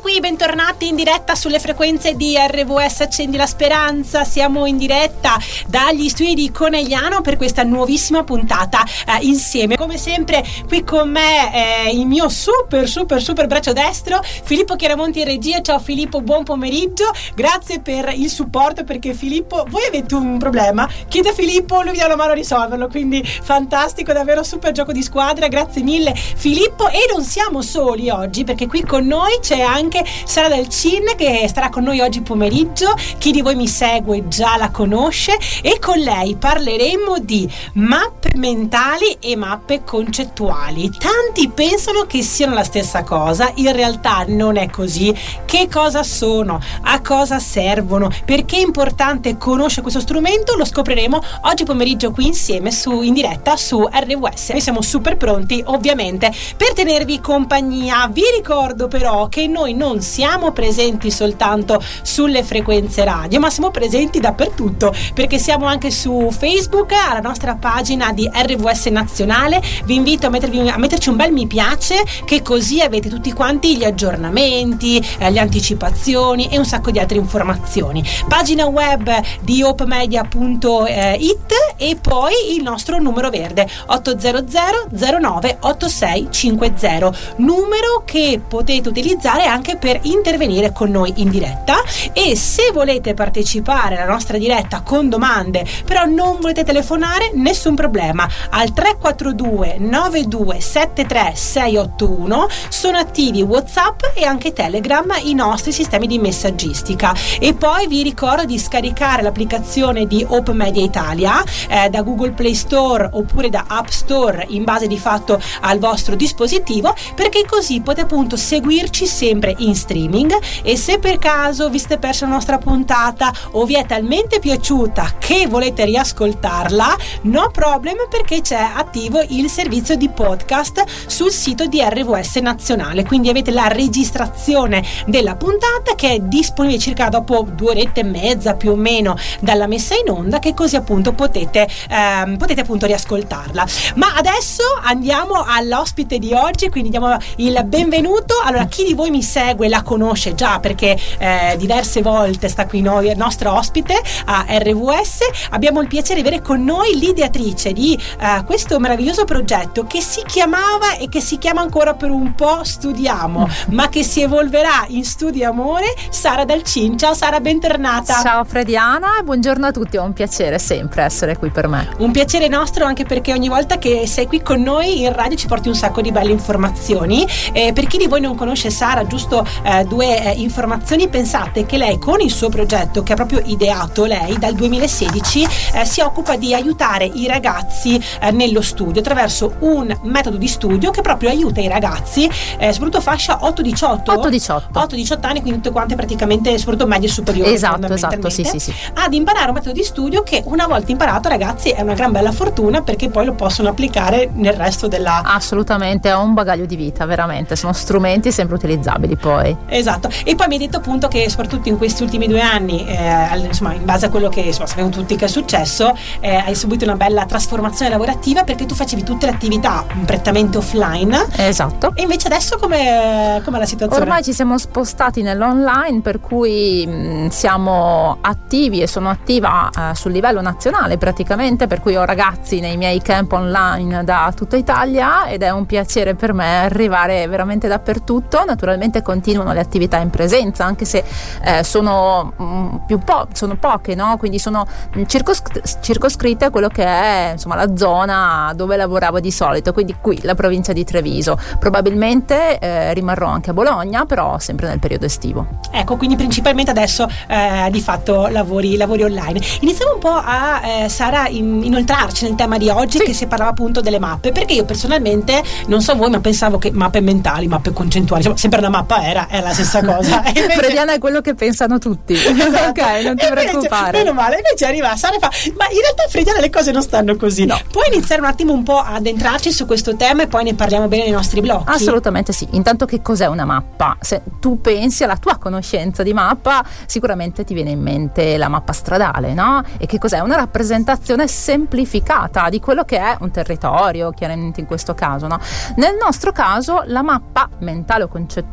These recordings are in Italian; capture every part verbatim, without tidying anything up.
qui, bentornati in diretta sulle frequenze di R V S Accendi la Speranza. Siamo in diretta dagli studi di Conegliano per questa nuovissima puntata eh, insieme. Come sempre qui con me eh, il mio super super super braccio destro, Filippo Chiaramonti in regia. Ciao Filippo, buon pomeriggio, grazie per il supporto, perché Filippo, voi avete un problema, chiede a Filippo, lui vi dà la mano a risolverlo, quindi fantastico, davvero super gioco di squadra, grazie mille Filippo. E non siamo soli oggi, perché qui con noi c'è anche Sara Dal Cin, che starà con noi oggi pomeriggio. Chi di voi mi segue già la conosce, e con lei parleremo di mappe mentali e mappe concettuali. Tanti pensano che siano la stessa cosa, in realtà non è così. Che cosa sono? A cosa servono? Perché è importante conoscere questo strumento? Lo scopriremo oggi pomeriggio qui insieme su, in diretta su R V S. Noi siamo super pronti ovviamente per tenervi compagnia. Vi ricordo però che noi non siamo presenti soltanto sulle frequenze radio, ma siamo presenti dappertutto, perché siamo anche su Facebook, alla nostra pagina di R V S Nazionale. Vi invito a, mettervi, a metterci un bel mi piace, che così avete tutti quanti gli aggiornamenti, eh, le anticipazioni e un sacco di altre informazioni. Pagina web di hopemedia punto it e poi il nostro numero verde otto zero zero zero nove otto sei cinque zero, numero che potete utilizzare anche per intervenire con noi in diretta. E se volete partecipare alla nostra diretta con domande, però non volete telefonare, nessun problema, al tre quattro due nove due sette tre sei otto uno sono attivi WhatsApp e anche Telegram, i nostri sistemi di messaggistica. E poi vi ricordo di scaricare l'applicazione di Hope Media Italia eh, da Google Play Store oppure da App Store, in base di fatto al vostro dispositivo, perché così potete appunto seguirci sempre in streaming. E se per caso vi siete persi la nostra puntata o vi è talmente piaciuta che volete riascoltarla, no problem, perché c'è attivo il servizio di podcast sul sito di R V S Nazionale, quindi avete la registrazione della puntata che è disponibile circa dopo due orette e mezza più o meno dalla messa in onda, che così appunto potete ehm, potete appunto riascoltarla. Ma adesso andiamo all'ospite di oggi, quindi diamo il benvenuto. Allora, chi di voi mi segue la conosce già, perché eh, diverse volte sta qui noi, il nostro ospite a R V S. Abbiamo il piacere di avere con noi l'ideatrice di eh, questo meraviglioso progetto che si chiamava e che si chiama ancora per un po' Studiamo, ma che si evolverà in Studio Amore, Sara Dal Cin. Ciao Sara, bentornata. Ciao Frediana e buongiorno a tutti, è un piacere sempre essere qui per me. Un piacere nostro, anche perché ogni volta che sei qui con noi in radio ci porti un sacco di belle informazioni. Eh, per chi di voi non conosce Sara, giusto eh, due eh, informazioni. Pensate che lei, con il suo progetto che ha proprio ideato lei dal duemilasedici, eh, si occupa di aiutare i ragazzi eh, nello studio attraverso un metodo di studio che proprio aiuta i ragazzi, eh, soprattutto fascia otto diciotto otto diciotto anni, quindi tutte quante praticamente, soprattutto medie e superiori. Esatto, esatto, sì, sì, sì. Ad imparare un metodo di studio che, una volta imparato, ragazzi, è una gran bella fortuna, perché poi lo possono applicare nel resto della... Assolutamente, è un bagaglio di vita, veramente, sono strumenti sempre utilizzabili poi. Esatto. E poi mi hai detto appunto che soprattutto in questi ultimi due anni, eh, insomma, in base a quello che insomma, sappiamo tutti che è successo, eh, hai subito una bella trasformazione lavorativa, perché tu facevi tutte le attività prettamente offline. Esatto. E invece adesso com'è, com'è la situazione? Ormai ci siamo spostati nell'online, per cui mh, siamo attivi e sono attiva eh, sul livello nazionale praticamente, per cui ho ragazzi nei miei camp online da tutta Italia ed è un piacere per me arrivare veramente dappertutto. Naturalmente continuano le attività in presenza, anche se eh, sono mh, più po- sono poche, no? Quindi sono mh, circoscr- circoscritte a quello che è insomma la zona dove lavoravo di solito, quindi qui la provincia di Treviso. Probabilmente eh, rimarrò anche a Bologna, però sempre nel periodo estivo. Ecco, quindi principalmente adesso eh, di fatto lavori, lavori online. Iniziamo un po' a eh, Sara in, inoltrarci nel tema di oggi, sì, che si parlava appunto delle mappe, perché io personalmente, non so voi, ma pensavo che mappe mentali, mappe concettuali, insomma, sempre una mappa era, è la stessa cosa. Invece... Frediana è quello che pensano tutti. Esatto. Ok, non ti invece, preoccupare. Meno male, invece arriva Sara e fa, ma in realtà Frediana le cose non stanno così. No. Puoi iniziare un attimo un po' ad entrarci su questo tema e poi ne parliamo bene nei nostri blocchi? Assolutamente sì. Intanto, che cos'è una mappa? Se tu pensi alla tua conoscenza di mappa, sicuramente ti viene in mente la mappa stradale, no? E che cos'è? Una rappresentazione semplificata di quello che è un territorio, chiaramente in questo caso, no? Nel nostro caso la mappa mentale o concettuale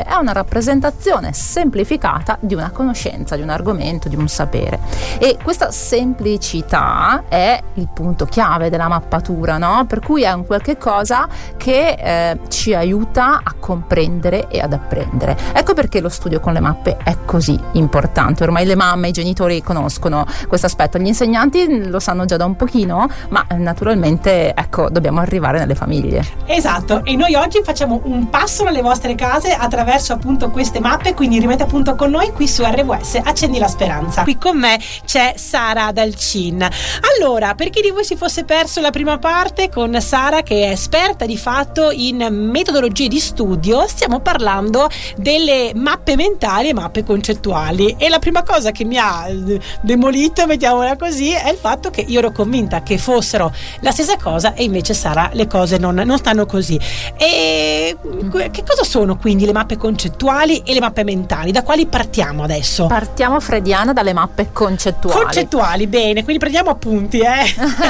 è una rappresentazione semplificata di una conoscenza, di un argomento, di un sapere, e questa semplicità è il punto chiave della mappatura, no? Per cui è un qualche cosa che eh, ci aiuta a comprendere e ad apprendere. Ecco perché lo studio con le mappe è così importante. Ormai le mamme, i genitori conoscono questo aspetto, gli insegnanti lo sanno già da un pochino, ma naturalmente ecco dobbiamo arrivare nelle famiglie. Esatto, e noi oggi facciamo un passo nelle vostre case attraverso appunto queste mappe, quindi rimanete appunto con noi qui su R W S Accendi la Speranza. Qui con me c'è Sara dal C I N. Allora, per chi di voi si fosse perso la prima parte con Sara, che è esperta di fatto in metodologie di studio, stiamo parlando delle mappe mentali e mappe concettuali, e la prima cosa che mi ha demolito, mettiamola così, è il fatto che io ero convinta che fossero la stessa cosa e invece Sara le cose non, non stanno così. E che cosa sono quindi le mappe concettuali e le mappe mentali? Da quali partiamo adesso? Partiamo, Frediana, dalle mappe concettuali. Concettuali, bene, quindi prendiamo appunti, eh.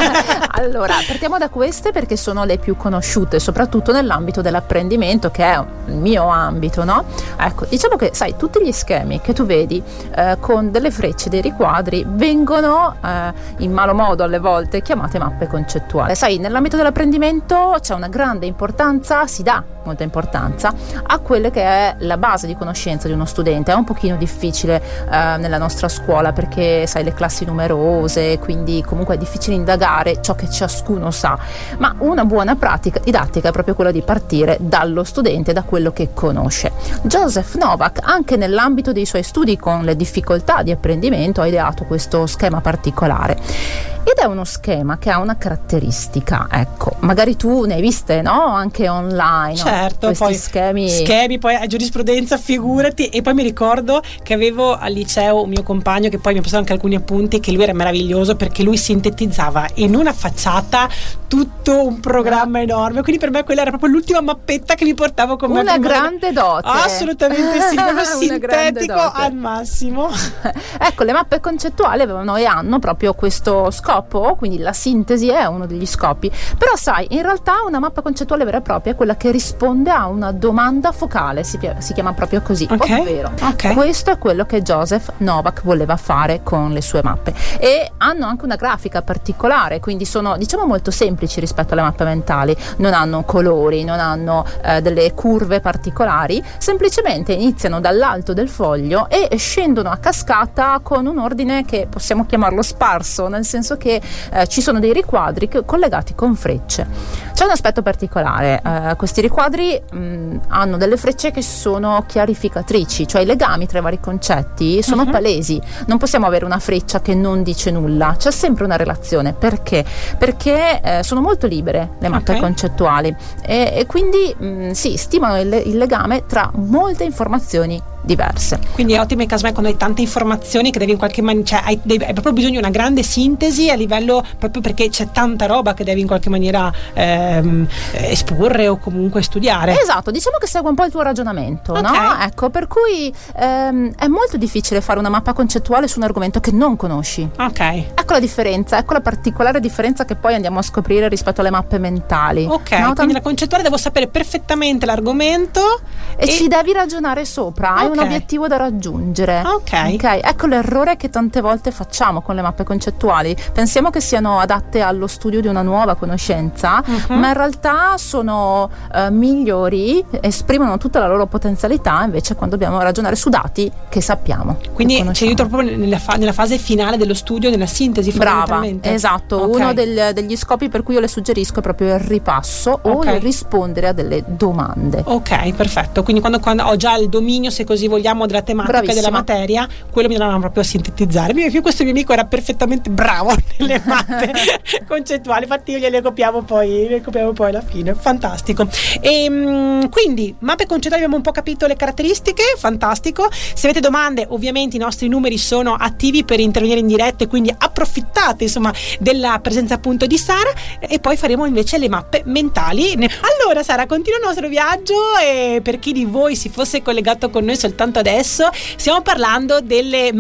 Allora, partiamo da queste perché sono le più conosciute, soprattutto nell'ambito dell'apprendimento, che è il mio ambito, no? Ecco, diciamo che, sai, tutti gli schemi che tu vedi eh, con delle frecce, dei riquadri, vengono eh, in malo modo alle volte chiamate mappe concettuali. Sai, nell'ambito dell'apprendimento c'è una grande importanza, si dà molta importanza a quelle che è la base di conoscenza di uno studente. È un pochino difficile eh, nella nostra scuola perché, sai, le classi numerose, quindi comunque è difficile indagare ciò che ciascuno sa, ma una buona pratica didattica è proprio quella di partire dallo studente, da quello che conosce. Joseph Novak, anche nell'ambito dei suoi studi con le difficoltà di apprendimento, ha ideato questo schema particolare. Ed è uno schema che ha una caratteristica, ecco, magari tu ne hai viste, no? Anche online, certo, no? Questi poi schemi schemi, poi a giurisprudenza, figurati. E poi mi ricordo che avevo al liceo un mio compagno che poi mi ha passato anche alcuni appunti, che lui era meraviglioso perché lui sintetizzava in una facciata tutto un programma enorme, quindi per me quella era proprio l'ultima mappetta che mi portavo con me. Una grande dote. Assolutamente sì, proprio sintetico al massimo. Ecco, le mappe concettuali avevano e hanno proprio questo scopo, quindi la sintesi è uno degli scopi. Però sai, in realtà una mappa concettuale vera e propria è quella che risponde a una domanda focale, si, si chiama proprio così, okay. ovvero okay. questo è quello che Joseph Novak voleva fare con le sue mappe, e hanno anche una grafica particolare, quindi sono, diciamo, molto semplici rispetto alle mappe mentali, non hanno colori, non hanno eh, delle curve particolari, semplicemente iniziano dall'alto del foglio e scendono a cascata con un ordine che possiamo chiamarlo sparso, nel senso che eh, ci sono dei riquadri che, collegati con frecce. C'è un aspetto particolare, eh, questi riquadri mh, hanno delle frecce che sono chiarificatrici, cioè i legami tra i vari concetti sono uh-huh. palesi, non possiamo avere una freccia che non dice nulla, c'è sempre una relazione. Perché? Perché eh, sono molto libere le mappe okay. concettuali e, e quindi mh, sì, stimolano il, il legame tra molte informazioni diverse. Quindi è ottimo casomai quando hai tante informazioni che devi in qualche maniera, cioè hai, devi, hai proprio bisogno di una grande sintesi a livello, proprio perché c'è tanta roba che devi in qualche maniera ehm, esporre o comunque studiare. Esatto, diciamo che segue un po' il tuo ragionamento, okay. no? Ecco, per cui ehm, è molto difficile fare una mappa concettuale su un argomento che non conosci. Ok. Ecco la differenza, ecco la particolare differenza che poi andiamo a scoprire rispetto alle mappe mentali. Ok, no? quindi Tam- la concettuale devo sapere perfettamente l'argomento e, e ci devi ragionare sopra. Okay. Hai un obiettivo da raggiungere. Okay. ok. Ecco l'errore che tante volte facciamo con le mappe concettuali. Pensiamo che siano adatte allo studio di una nuova conoscenza, uh-huh. ma in realtà sono uh, migliori, esprimono tutta la loro potenzialità invece quando dobbiamo ragionare su dati che sappiamo. Quindi ci aiuta proprio nella, fa- nella fase finale dello studio, nella sintesi. Brava, esatto. Okay. Uno del, degli scopi per cui io le suggerisco è proprio il ripasso o okay. il rispondere a delle domande. Ok, perfetto. Quindi quando, quando ho già il dominio, se così vogliamo, della tematica e della materia, quello mi danno proprio a sintetizzare. Questo mio amico era perfettamente bravo nelle mappe concettuali, infatti io gliele copiavo poi, le copiavo poi alla fine. Fantastico. E quindi mappe concettuali abbiamo un po' capito le caratteristiche, fantastico. Se avete domande, ovviamente i nostri numeri sono attivi per intervenire in diretta e quindi approfittate insomma della presenza appunto di Sara, e poi faremo invece le mappe mentali. Allora Sara, continua il nostro viaggio, e per chi di voi si fosse collegato con noi soltanto adesso, stiamo parlando delle mappe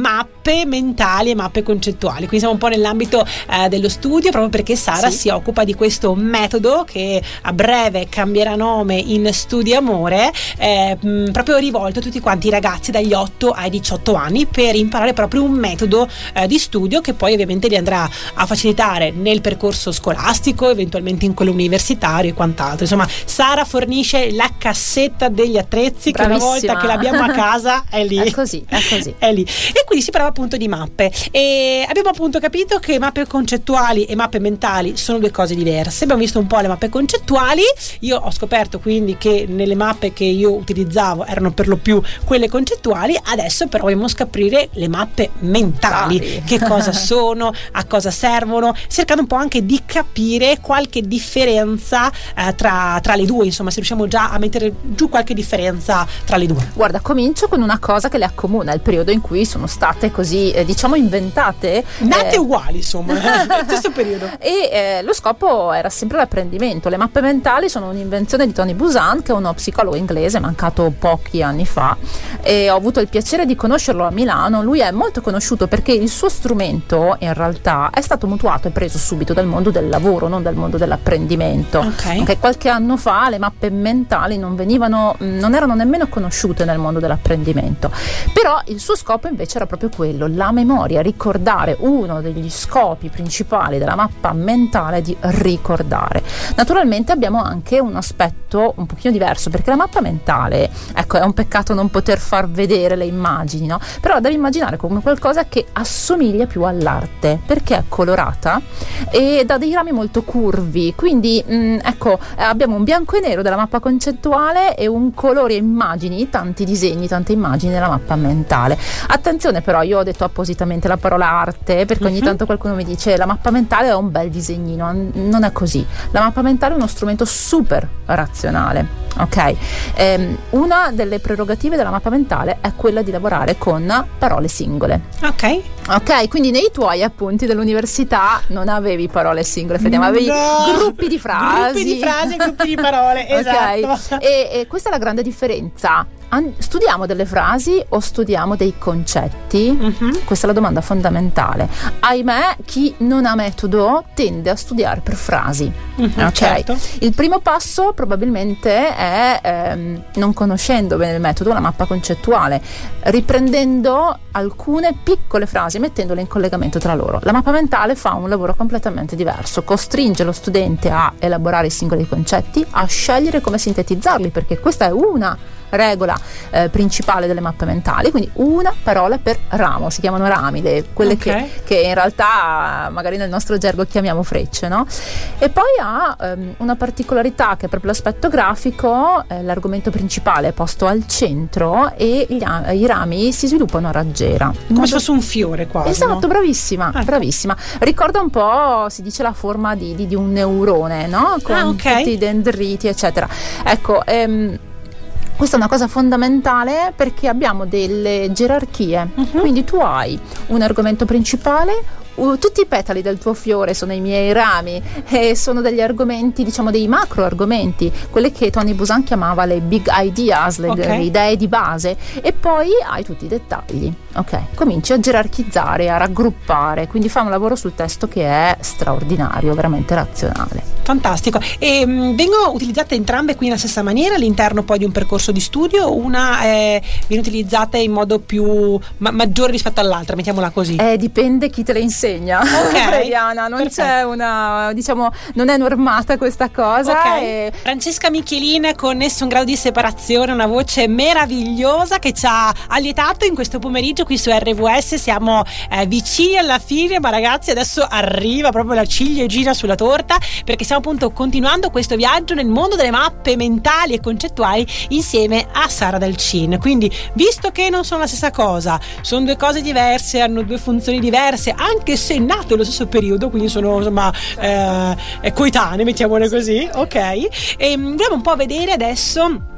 mappe mentali e mappe concettuali. Quindi siamo un po' nell'ambito eh, dello studio, proprio perché Sara sì. si occupa di questo metodo che a breve cambierà nome in Studio Amore, eh, mh, proprio rivolto a tutti quanti i ragazzi dagli otto ai diciotto anni, per imparare proprio un metodo eh, di studio che poi ovviamente li andrà a facilitare nel percorso scolastico, eventualmente in quello universitario e quant'altro. Insomma, Sara fornisce la cassetta degli attrezzi. Bravissima. Che una volta che l'abbiamo a casa è lì. È così, è così. È lì. E quindi si parla appunto di mappe, e abbiamo appunto capito che mappe concettuali e mappe mentali sono due cose diverse. Abbiamo visto un po' le mappe concettuali. Io ho scoperto quindi che nelle mappe che io utilizzavo erano per lo più quelle concettuali. Adesso però vogliamo scoprire le mappe mentali. Dai. Che cosa sono, a cosa servono, cercando un po' anche di capire qualche differenza eh, tra, tra le due, insomma, se riusciamo già a mettere giù qualche differenza tra le due. Guarda, comincio con una cosa che le accomuna, il periodo in cui sono state così eh, diciamo inventate, nate eh... uguali, insomma, nello stesso periodo, e eh, lo scopo era sempre l'apprendimento. Le mappe mentali sono un'invenzione di Tony Buzan, che è uno psicologo inglese mancato pochi anni fa, e ho avuto il piacere di conoscerlo a Milano. Lui è molto conosciuto perché il suo strumento in realtà è stato mutuato e preso subito dal mondo del lavoro, non dal mondo dell'apprendimento. Okay. Anche qualche anno fa le mappe mentali non venivano, non erano nemmeno conosciute nel mondo dell'apprendimento, però il suo scopo invece era proprio quello, la memoria, ricordare. Uno degli scopi principali della mappa mentale è di ricordare. Naturalmente abbiamo anche un aspetto un pochino diverso, perché la mappa mentale, ecco, è un peccato non poter far vedere le immagini, no? Però devi immaginare come qualcosa che assomiglia più all'arte, perché è colorata e dà dei rami molto curvi, quindi mh, ecco, abbiamo un bianco e nero della mappa concettuale e un colore e immagini, tanti disegni, tante immagini nella mappa mentale. Attenzione però, io ho detto appositamente la parola arte perché ogni uh-huh. tanto qualcuno mi dice la mappa mentale è un bel disegnino. Non è così. La mappa mentale è uno strumento super razionale, ok? Ehm, una delle prerogative della mappa mentale è quella di lavorare con parole singole. Ok. Ok, quindi nei tuoi appunti dell'università non avevi parole singole, vediamo, avevi no. gruppi di frasi. Gruppi di frasi, gruppi di parole, esatto. Okay. E, e questa è la grande differenza. Studiamo delle frasi o studiamo dei concetti? Uh-huh. Questa è la domanda fondamentale. Ahimè, chi non ha metodo tende a studiare per frasi. Uh-huh, okay? Certo. Il primo passo probabilmente è, ehm, non conoscendo bene il metodo, la mappa concettuale, riprendendo alcune piccole frasi, mettendole in collegamento tra loro. La mappa mentale fa un lavoro completamente diverso, costringe lo studente a elaborare i singoli concetti, a scegliere come sintetizzarli, perché questa è una regola eh, principale delle mappe mentali, quindi una parola per ramo, si chiamano rami, le, quelle okay. che, che in realtà magari nel nostro gergo chiamiamo frecce, no? E poi ha ehm, una particolarità che è proprio l'aspetto grafico, eh, l'argomento principale è posto al centro e gli, i rami si sviluppano a raggiera. Come modo... se fosse un fiore quasi. Esatto, no? bravissima, ah. bravissima. Ricorda un po', si dice, la forma di, di, di un neurone, no? Con ah, okay. tutti i dendriti, eccetera. Ecco, ehm, questa è una cosa fondamentale perché abbiamo delle gerarchie, uh-huh. quindi tu hai un argomento principale, Uh, tutti i petali del tuo fiore sono i miei rami e sono degli argomenti, diciamo dei macro argomenti, quelle che Tony Buzan chiamava le big ideas, le, okay. le idee di base, e poi hai tutti i dettagli, ok? Cominci a gerarchizzare, a raggruppare, quindi fai un lavoro sul testo che è straordinario, veramente razionale. Fantastico. E mh, vengono utilizzate entrambe qui nella stessa maniera all'interno poi di un percorso di studio, o una eh, viene utilizzata in modo più ma- maggiore rispetto all'altra, mettiamola così? Eh, dipende chi te le insegna. Okay. Diana, non Perfetto. c'è una, diciamo, non è normata questa cosa. Okay. E... Francesca Michelin con Nessun grado di separazione, una voce meravigliosa che ci ha allietato in questo pomeriggio qui su R V S. Siamo eh, vicini alla fine, ma ragazzi adesso arriva proprio la ciliegina sulla torta, perché stiamo appunto continuando questo viaggio nel mondo delle mappe mentali e concettuali insieme a Sara Dal Cin. Quindi, visto che non sono la stessa cosa, sono due cose diverse, hanno due funzioni diverse, anche se nate nello stesso periodo, quindi sono insomma eh, coetanee, mettiamole così, ok? E andiamo un po' a vedere adesso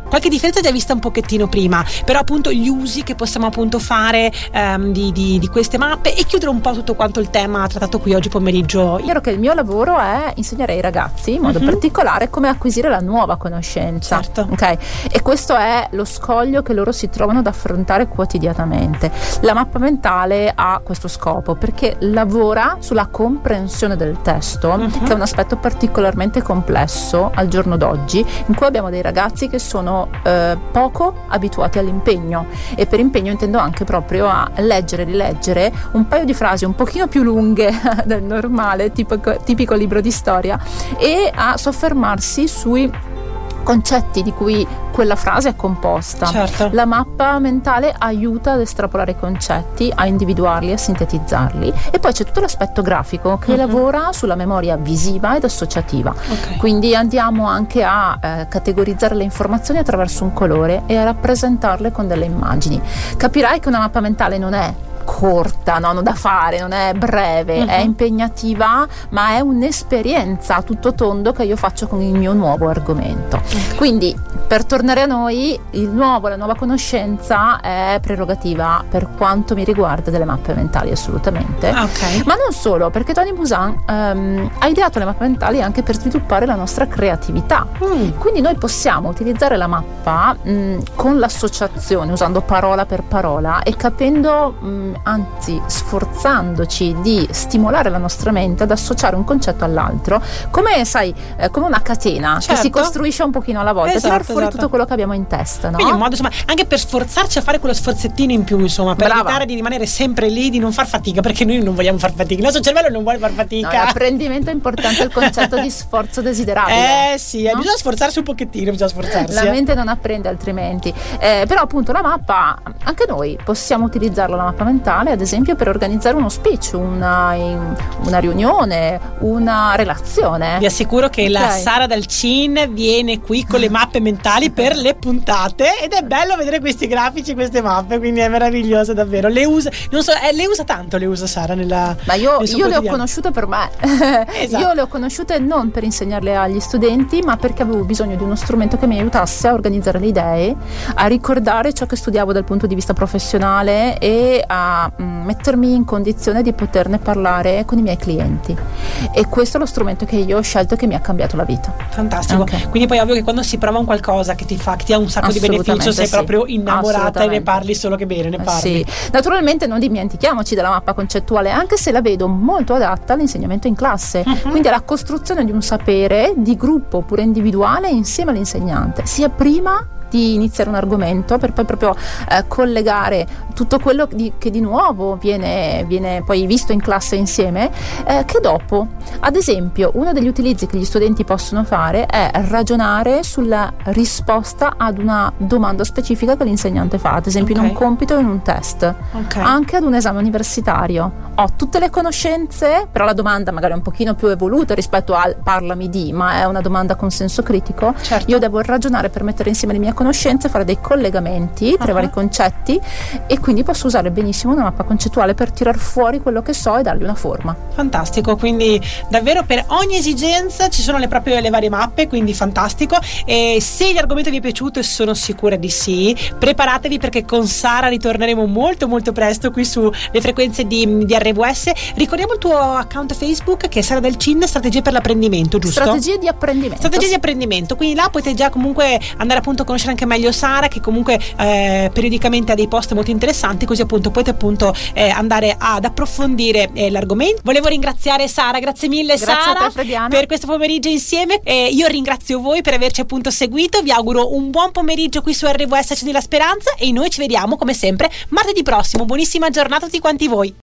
Qualche differenza già vista un pochettino prima, però appunto gli usi che possiamo appunto fare ehm, di, di, di queste mappe, e chiudere un po' tutto quanto il tema trattato qui oggi pomeriggio. È vero che il mio lavoro è insegnare ai ragazzi in modo uh-huh. particolare come acquisire la nuova conoscenza. Certo. Ok? E questo è lo scoglio che loro si trovano ad affrontare quotidianamente. La mappa mentale ha questo scopo perché lavora sulla comprensione del testo, uh-huh. che è un aspetto particolarmente complesso al giorno d'oggi, in cui abbiamo dei ragazzi che sono eh, poco abituati all'impegno, e per impegno intendo anche proprio a leggere e rileggere un paio di frasi un pochino più lunghe del normale, tipico, tipico libro di storia, e a soffermarsi sui concetti di cui quella frase è composta. Certo. La mappa mentale aiuta ad estrapolare i concetti, a individuarli, a sintetizzarli, e poi c'è tutto l'aspetto grafico che uh-huh. lavora sulla memoria visiva ed associativa. Okay. Quindi andiamo anche a eh, categorizzare le informazioni attraverso un colore e a rappresentarle con delle immagini. Capirai che una mappa mentale non è corta, no? Non da fare, non è breve, uh-huh. è impegnativa, ma è un'esperienza a tutto tondo che io faccio con il mio nuovo argomento. Okay. Quindi, per tornare a noi, il nuovo, la nuova conoscenza è prerogativa, per quanto mi riguarda, delle mappe mentali, assolutamente. Okay. Ma non solo, perché Tony Buzan um, ha ideato le mappe mentali anche per sviluppare la nostra creatività. Mm. Quindi noi possiamo utilizzare la mappa mh, con l'associazione, usando parola per parola e capendo mh, anzi sforzandoci di stimolare la nostra mente ad associare un concetto all'altro, come sai, eh, come una catena, certo. che si costruisce un pochino alla volta, esatto, tirar fuori esatto. tutto quello che abbiamo in testa, no? Quindi un modo, insomma, anche per sforzarci a fare quello sforzettino in più, insomma, per Brava. evitare di rimanere sempre lì, di non far fatica, perché noi non vogliamo far fatica, il nostro cervello non vuole far fatica. No, l'apprendimento è importante, il concetto di sforzo desiderabile. Eh sì, no? eh, bisogna sforzarsi un pochettino, bisogna sforzarsi. La eh. mente non apprende altrimenti. Eh, però appunto la mappa, anche noi possiamo utilizzarla, la mappa mentale, ad esempio per organizzare uno speech, una, una riunione, una relazione. Vi assicuro che okay. la Sara Dal Cin viene qui con le mappe mentali per le puntate, ed è bello vedere questi grafici, queste mappe, quindi è meraviglioso davvero. Le usa, non so, eh, le usa tanto, le usa Sara nella Ma io, io le ho conosciute per me. Esatto. Io le ho conosciute non per insegnarle agli studenti, ma perché avevo bisogno di uno strumento che mi aiutasse a organizzare le idee, a ricordare ciò che studiavo dal punto di vista professionale e a mh, mettermi in condizione di poterne parlare con i miei clienti. E questo è lo strumento che io ho scelto e che mi ha cambiato la vita. Fantastico. Okay. Quindi poi è ovvio che quando si prova un qualcosa che ti fa, che ti ha un sacco di beneficio, sei sì. proprio innamorata e ne parli solo che bene, ne parli. Sì. Naturalmente non dimentichiamoci della mappa concettuale, anche se la vedo molto adatta all'insegnamento in classe, uh-huh. quindi alla costruzione di un sapere di gruppo oppure individuale insieme all'insegnante, sia prima di iniziare un argomento per poi proprio eh, collegare tutto quello di, che di nuovo viene, viene poi visto in classe insieme, eh, che dopo. Ad esempio, uno degli utilizzi che gli studenti possono fare è ragionare sulla risposta ad una domanda specifica che l'insegnante fa, ad esempio okay. in un compito o in un test, okay. anche ad un esame universitario. Ho tutte le conoscenze, però la domanda magari è un pochino più evoluta rispetto al parlami di, ma è una domanda con senso critico. Certo. Io devo ragionare per mettere insieme le mie conoscenze, fare dei collegamenti tra i uh-huh. vari concetti, e quindi posso usare benissimo una mappa concettuale per tirar fuori quello che so e dargli una forma. Fantastico, quindi davvero per ogni esigenza ci sono le proprie le varie mappe, quindi fantastico. E se l'argomento vi è piaciuto, e sono sicura di sì, preparatevi, perché con Sara ritorneremo molto molto presto qui sulle frequenze di, di R V S. Ricordiamo il tuo account Facebook, che è Sara Dal Cin, strategie per l'apprendimento, giusto? Strategie di apprendimento. Strategie di apprendimento, quindi là potete già comunque andare appunto a conoscere anche meglio Sara, che comunque eh, periodicamente ha dei post molto interessanti, così appunto potete appunto eh, andare ad approfondire eh, l'argomento. Volevo ringraziare Sara, grazie mille grazie Sara a te, Frediana, per questo pomeriggio insieme. Eh, io ringrazio voi per averci appunto seguito, vi auguro un buon pomeriggio qui su R V S Accendi la Speranza, e noi ci vediamo come sempre martedì prossimo. Buonissima giornata a tutti quanti voi.